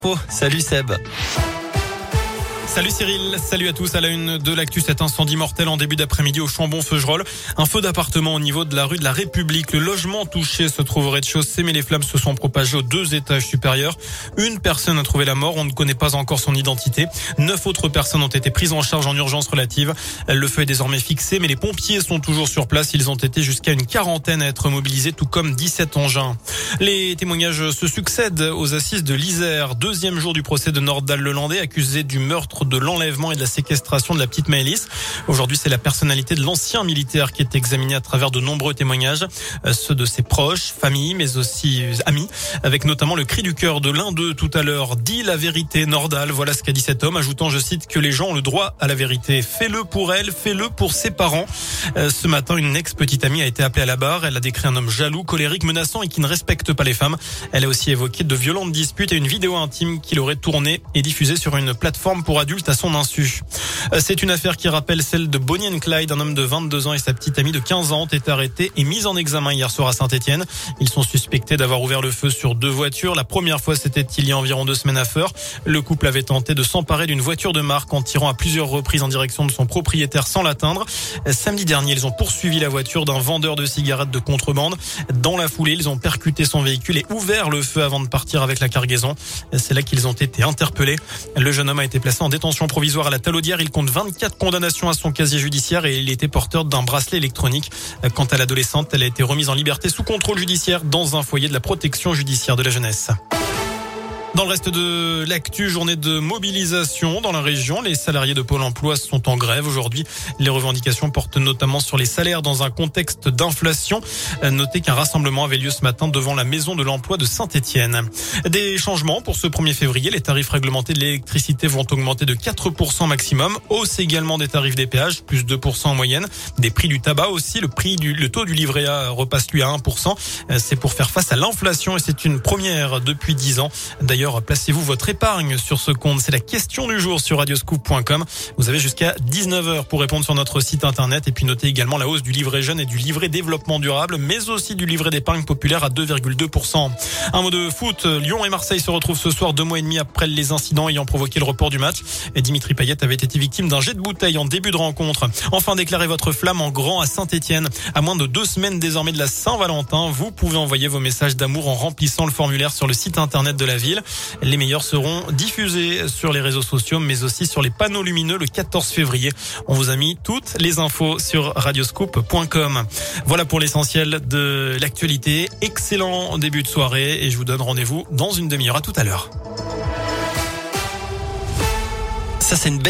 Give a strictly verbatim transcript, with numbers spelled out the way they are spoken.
Oh, salut Seb. Salut Cyril, salut à tous. À la une de l'actu, cet incendie mortel en début d'après-midi au Chambon-Feugerolles. Un feu d'appartement au niveau de la rue de la République. Le logement touché se trouve au rez-de-chaussée, mais les flammes se sont propagées aux deux étages supérieurs. Une personne a trouvé la mort, on ne connaît pas encore son identité. Neuf autres personnes ont été prises en charge en urgence relative. Le feu est désormais fixé, mais les pompiers sont toujours sur place. Ils ont été jusqu'à une quarantaine à être mobilisés, tout comme dix-sept engins. Les témoignages se succèdent aux assises de l'Isère. Deuxième jour du procès de Nordal-Lelandais, accusé du meurtre, de l'enlèvement et de la séquestration de la petite Maëlys. Aujourd'hui, c'est la personnalité de l'ancien militaire qui est examinée à travers de nombreux témoignages, ceux de ses proches, familles, mais aussi amis, avec notamment le cri du cœur de l'un d'eux tout à l'heure. Dis la vérité, Nordal. Voilà ce qu'a dit cet homme, ajoutant, je cite, que les gens ont le droit à la vérité. Fais-le pour elle, fais-le pour ses parents. Ce matin, une ex-petite amie a été appelée à la barre. Elle a décrit un homme jaloux, colérique, menaçant et qui ne respecte pas les femmes. Elle a aussi évoqué de violentes disputes et une vidéo intime qu'il aurait tournée et diffusée sur une plateforme pour adultes à son insu. C'est une affaire qui rappelle celle de Bonnie and Clyde. Un homme de vingt-deux ans et sa petite amie de quinze ans ont été arrêtés et mis en examen hier soir à Saint-Étienne. Ils sont suspectés d'avoir ouvert le feu sur deux voitures. La première fois, c'était il y a environ deux semaines à Feurs. Le couple avait tenté de s'emparer d'une voiture de marque en tirant à plusieurs reprises en direction de son propriétaire sans l'atteindre. Samedi dernier, ils ont poursuivi la voiture d'un vendeur de cigarettes de contrebande. Dans la foulée, ils ont percuté son véhicule et ouvert le feu avant de partir avec la cargaison. C'est là qu'ils ont été interpellés. Le jeune homme a été placé en détention provisoire à la Talaudière. Il compte vingt-quatre condamnations à son casier judiciaire et il était porteur d'un bracelet électronique. Quant à l'adolescente, elle a été remise en liberté sous contrôle judiciaire dans un foyer de la protection judiciaire de la jeunesse. Dans le reste de l'actu, journée de mobilisation dans la région. Les salariés de Pôle emploi sont en grève aujourd'hui. Les revendications portent notamment sur les salaires dans un contexte d'inflation. Notez qu'un rassemblement avait lieu ce matin devant la maison de l'emploi de Saint-Étienne. Des changements pour ce premier février. Les tarifs réglementés de l'électricité vont augmenter de quatre pour cent maximum. Hausse également des tarifs des péages, plus deux pour cent en moyenne. Des prix du tabac aussi. Le prix du, le taux du livret A repasse lui à un pour cent. C'est pour faire face à l'inflation et c'est une première depuis dix ans. D'ailleurs, D'ailleurs, placez-vous votre épargne sur ce compte? C'est la question du jour sur radioscoop point com. Vous avez jusqu'à dix-neuf heures pour répondre sur notre site internet. Et puis notez également la hausse du livret jeune et du livret développement durable, mais aussi du livret d'épargne populaire à deux virgule deux pour cent. Un mot de foot. Lyon et Marseille se retrouvent ce soir, deux mois et demi après les incidents ayant provoqué le report du match. Et Dimitri Payet avait été victime d'un jet de bouteille en début de rencontre. Enfin, déclarez votre flamme en grand à Saint-Étienne. À moins de deux semaines désormais de la Saint-Valentin, vous pouvez envoyer vos messages d'amour en remplissant le formulaire sur le site internet de la ville. Les meilleurs seront diffusés sur les réseaux sociaux, mais aussi sur les panneaux lumineux le quatorze février. On vous a mis toutes les infos sur radioscoop point com. Voilà pour l'essentiel de l'actualité. Excellent début de soirée et je vous donne rendez-vous dans une demi-heure. À tout à l'heure. Ça, c'est une belle